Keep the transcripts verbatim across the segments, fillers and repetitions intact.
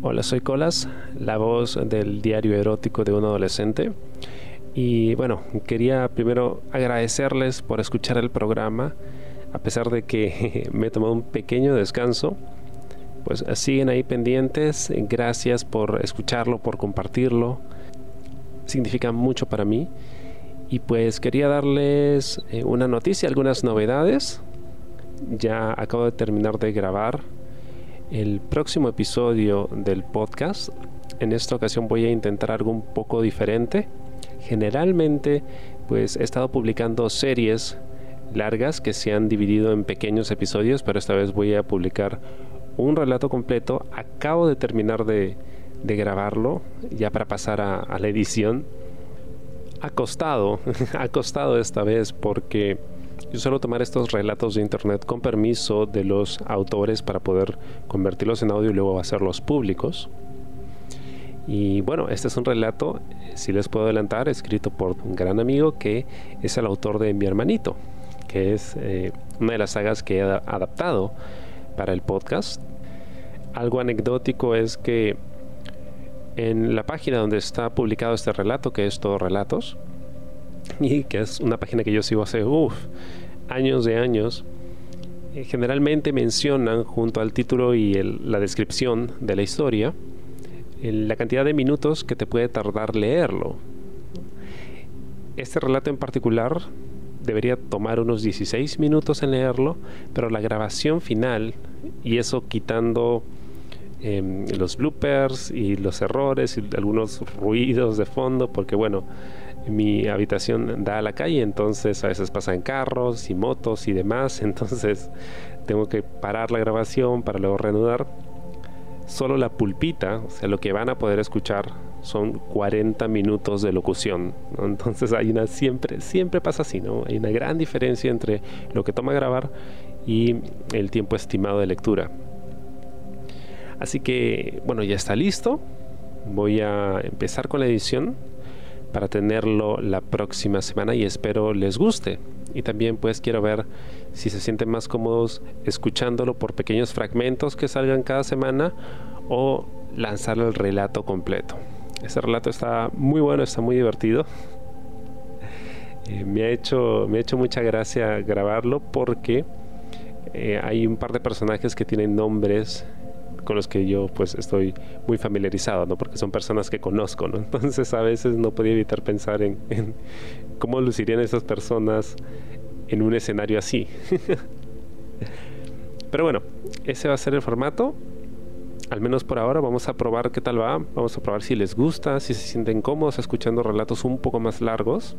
Hola, soy Colas, la voz del diario erótico de un adolescente. Y bueno, quería primero agradecerles por escuchar el programa. A pesar de que me he tomado un pequeño descanso, pues siguen ahí pendientes. Gracias por escucharlo, por compartirlo. Significa mucho para mí. Y pues quería darles eh, una noticia, algunas novedades. Ya acabo de terminar de grabar el próximo episodio del podcast. En esta ocasión voy a intentar algo un poco diferente. Generalmente pues he estado publicando series largas que se han dividido en pequeños episodios, pero esta vez voy a publicar un relato completo. Acabo de terminar de, de grabarlo ya para pasar a, a la edición. Ha costado, ha costado esta vez porque yo suelo tomar estos relatos de internet con permiso de los autores para poder convertirlos en audio y luego hacerlos públicos. Y bueno, este es un relato, si les puedo adelantar, escrito por un gran amigo que es el autor de Mi Hermanito, que es eh, una de las sagas que he adaptado para el podcast. Algo anecdótico es que en la página donde está publicado este relato, que es Todo Relatos, y que es una página que yo sigo hace uf, años de años, eh, generalmente mencionan junto al título y el, la descripción de la historia el, la cantidad de minutos que te puede tardar leerlo. Este relato en particular debería tomar unos dieciséis minutos en leerlo, pero la grabación final, y eso quitando eh, los bloopers y los errores y algunos ruidos de fondo, porque bueno, mi habitación da a la calle, entonces a veces pasan carros y motos y demás, entonces tengo que parar la grabación para luego reanudar. Solo la pulpita, o sea, lo que van a poder escuchar son cuarenta minutos de locución, ¿no? Entonces hay una, siempre, siempre pasa así, ¿no? Hay una gran diferencia entre lo que toma grabar y el tiempo estimado de lectura. Así que, bueno, ya está listo. Voy a empezar con la edición para tenerlo la próxima semana y espero les guste. Y también pues quiero ver si se sienten más cómodos escuchándolo por pequeños fragmentos que salgan cada semana o lanzar el relato completo. Este relato está muy bueno, está muy divertido. Eh, me ha hecho, me ha hecho mucha gracia grabarlo porque eh, hay un par de personajes que tienen nombres con los que yo pues estoy muy familiarizado, ¿no? Porque son personas que conozco, ¿no? Entonces a veces no podía evitar pensar en, en cómo lucirían esas personas en un escenario así. Pero bueno, ese va a ser el formato. Al menos por ahora vamos a probar qué tal va. Vamos a probar si les gusta, si se sienten cómodos escuchando relatos un poco más largos.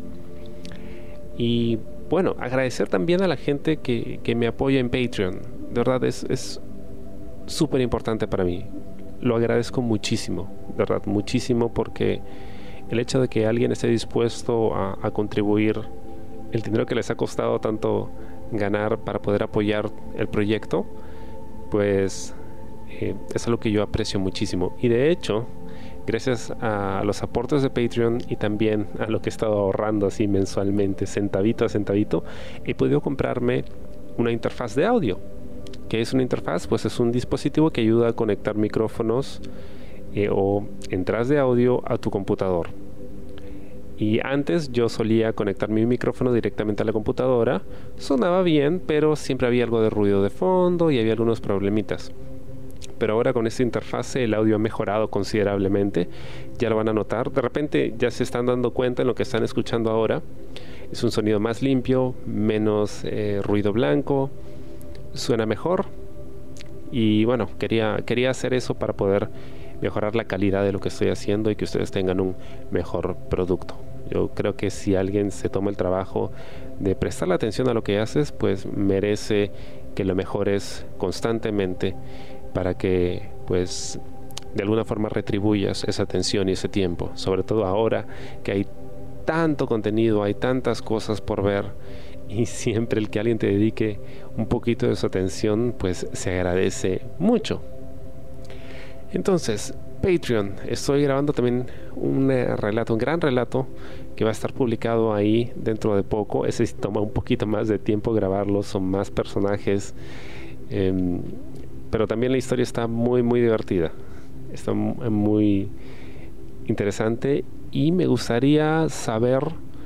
Y bueno, agradecer también a la gente que, que me apoya en Patreon. De verdad es... es súper importante para mí. Lo agradezco muchísimo, de verdad, muchísimo, porque el hecho de que alguien esté dispuesto a, a contribuir el dinero que les ha costado tanto ganar para poder apoyar el proyecto, pues eh, es algo que yo aprecio muchísimo. Y de hecho, gracias a los aportes de Patreon y también a lo que he estado ahorrando así mensualmente, centavito a centavito, he podido comprarme una interfaz de audio. ¿Qué es una interfaz? Pues es un dispositivo que ayuda a conectar micrófonos eh, o entradas de audio a tu computador. Y antes yo solía conectar mi micrófono directamente a la computadora. Sonaba bien, pero siempre había algo de ruido de fondo y había algunos problemitas. Pero ahora con esta interfaz el audio ha mejorado considerablemente. Ya lo van a notar. De repente ya se están dando cuenta en lo que están escuchando ahora. Es un sonido más limpio, menos eh, ruido blanco. Suena mejor y bueno, quería, quería hacer eso para poder mejorar la calidad de lo que estoy haciendo y que ustedes tengan un mejor producto. Yo creo que si alguien se toma el trabajo de prestarle atención a lo que haces, pues merece que lo mejores constantemente para que pues de alguna forma retribuyas esa atención y ese tiempo, sobre todo ahora que hay tanto contenido, hay tantas cosas por ver. Y siempre el que alguien te dedique un poquito de su atención, pues se agradece mucho. Entonces, Patreon. Estoy grabando también un eh, relato, un gran relato que va a estar publicado ahí dentro de poco. Ese sí toma un poquito más de tiempo grabarlo, son más personajes. Eh, pero también la historia está muy, muy divertida. está muy interesante y me gustaría saber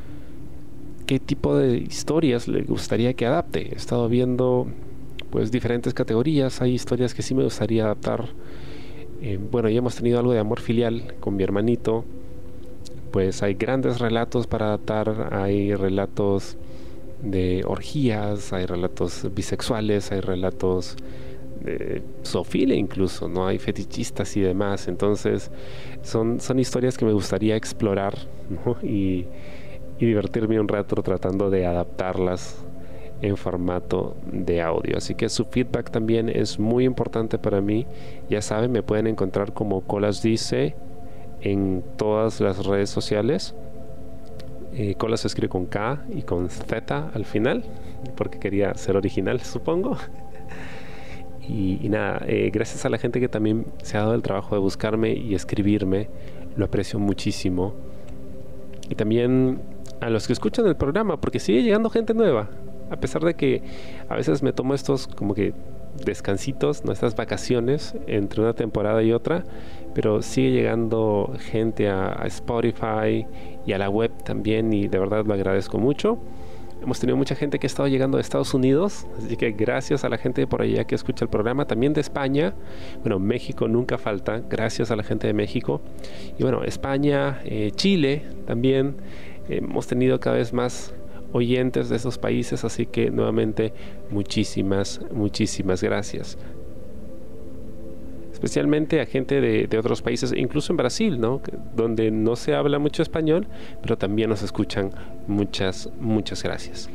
qué tipo de historias le gustaría que adapte. He estado viendo pues diferentes categorías. Hay historias que sí me gustaría adaptar. Eh, bueno, ya hemos tenido algo de amor filial con mi hermanito. Pues hay grandes relatos para adaptar. Hay relatos de orgías, hay relatos bisexuales, hay relatos de zoofilia incluso, ¿no? Hay fetichistas y demás. Entonces son, son historias que me gustaría explorar, ¿no? y, y divertirme un rato tratando de adaptarlas en formato de audio. Así que su feedback también es muy importante para mí. Ya saben, me pueden encontrar como Colas Dice en todas las redes sociales. Eh, Colas se escribe con K y con Z al final, porque quería ser original, supongo. Y, y nada, eh, gracias a la gente que también se ha dado el trabajo de buscarme y escribirme, lo aprecio muchísimo. Y también a los que escuchan el programa, porque sigue llegando gente nueva. A pesar de que a veces me tomo estos como que descansitos, ¿no? Estas vacaciones entre una temporada y otra, pero sigue llegando gente a, a Spotify y a la web también, y de verdad lo agradezco mucho. Hemos tenido mucha gente que ha estado llegando de Estados Unidos, así que gracias a la gente por allá que escucha el programa, también de España. Bueno, México nunca falta, gracias a la gente de México. Y bueno, España, eh, Chile también, eh, hemos tenido cada vez más oyentes de esos países, así que nuevamente muchísimas, muchísimas gracias. Especialmente a gente de, de otros países, incluso en Brasil, ¿no? Donde no se habla mucho español, pero también nos escuchan. Muchas, muchas gracias.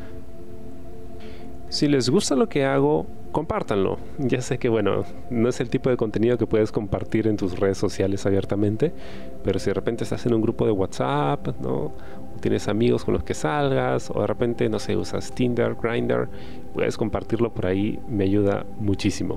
Si les gusta lo que hago, compártanlo. Ya sé que, bueno, no es el tipo de contenido que puedes compartir en tus redes sociales abiertamente, pero si de repente estás en un grupo de WhatsApp, ¿no? O tienes amigos con los que salgas, o de repente, no sé, usas Tinder, Grindr, puedes compartirlo por ahí, me ayuda muchísimo.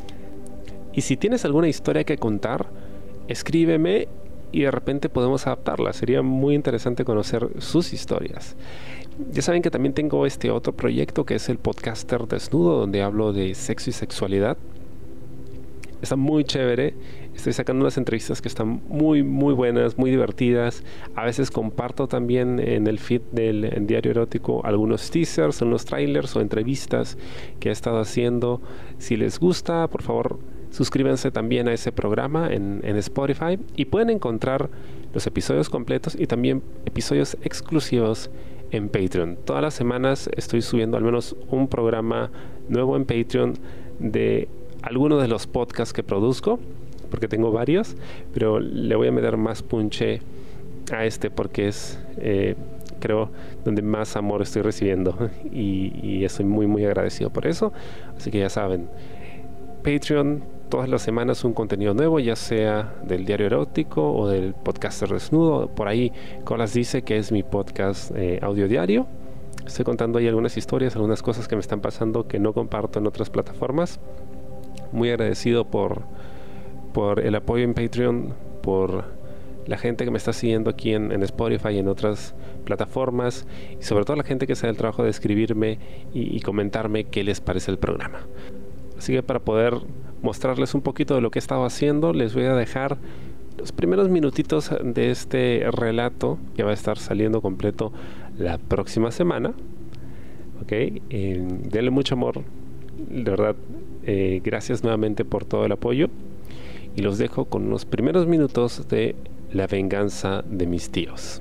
Y si tienes alguna historia que contar, escríbeme y de repente podemos adaptarla. Sería muy interesante conocer sus historias. Ya saben que también tengo este otro proyecto que es el Podcaster Desnudo, donde hablo de sexo y sexualidad. Está muy chévere. Estoy sacando unas entrevistas que están muy, muy buenas, muy divertidas. A veces comparto también en el feed del Diario Erótico algunos teasers, unos trailers o entrevistas que he estado haciendo. Si les gusta, por favor, suscríbanse también a ese programa en, en Spotify y pueden encontrar los episodios completos y también episodios exclusivos en Patreon. Todas las semanas estoy subiendo al menos un programa nuevo en Patreon de alguno de los podcasts que produzco, porque tengo varios, pero le voy a meter más punche a este porque es, eh, creo, donde más amor estoy recibiendo y, y estoy muy, muy agradecido por eso. Así que ya saben, Patreon, todas las semanas un contenido nuevo, ya sea del Diario Erótico o del Podcaster Desnudo. Por ahí Colas Dice, que es mi podcast eh, audio diario. Estoy contando ahí algunas historias, algunas cosas que me están pasando que no comparto en otras plataformas. Muy agradecido por, por el apoyo en Patreon, por la gente que me está siguiendo aquí en, en Spotify y en otras plataformas, y sobre todo la gente que se da el trabajo de escribirme y, y comentarme qué les parece el programa. Así que para poder mostrarles un poquito de lo que he estado haciendo, les voy a dejar los primeros minutitos de este relato que va a estar saliendo completo la próxima semana. Ok, eh, denle mucho amor, de verdad. Eh, gracias nuevamente por todo el apoyo y los dejo con los primeros minutos de La venganza de mis tíos.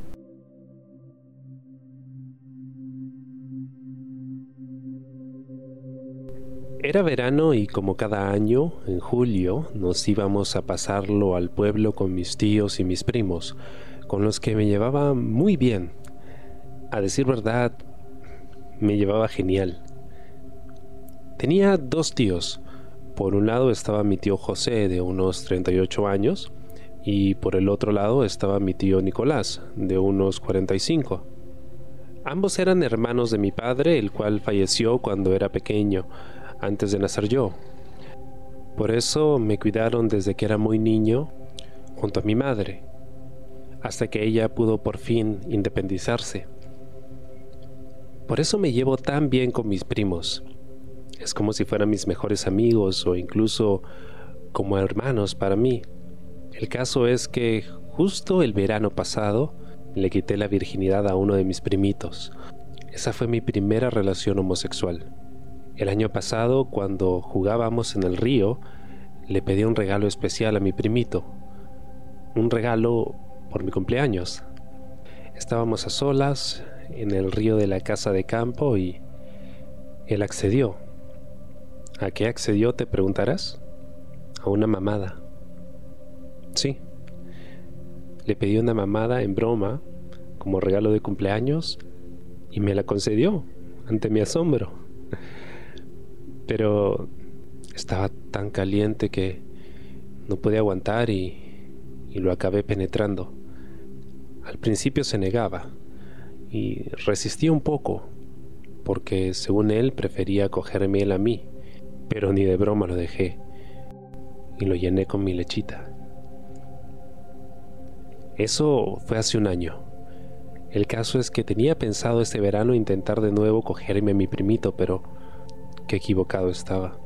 Era verano y como cada año, en julio, nos íbamos a pasarlo al pueblo con mis tíos y mis primos, con los que me llevaba muy bien. A decir verdad, me llevaba genial. Tenía dos tíos. Por un lado estaba mi tío José, de unos treinta y ocho años, y por el otro lado estaba mi tío Nicolás, de unos cuarenta y cinco. Ambos eran hermanos de mi padre, el cual falleció cuando era pequeño, antes de nacer yo. Por eso me cuidaron desde que era muy niño, junto a mi madre, hasta que ella pudo por fin independizarse. Por eso me llevo tan bien con mis primos. Es como si fueran mis mejores amigos o incluso como hermanos para mí. El caso es que justo el verano pasado le quité la virginidad a uno de mis primitos. Esa fue mi primera relación homosexual. El año pasado, cuando jugábamos en el río, le pedí un regalo especial a mi primito. Un regalo por mi cumpleaños. Estábamos a solas en el río de la casa de campo y él accedió. ¿A qué accedió, te preguntarás? A una mamada. Sí. Le pedí una mamada en broma, como regalo de cumpleaños, y me la concedió, ante mi asombro. Pero estaba tan caliente que no podía aguantar y, y lo acabé penetrando. Al principio se negaba y resistí un poco, porque según él prefería cogerme él a mí, pero ni de broma lo dejé y lo llené con mi lechita. Eso fue hace un año. El caso es que tenía pensado este verano intentar de nuevo cogerme a mi primito, pero qué equivocado estaba.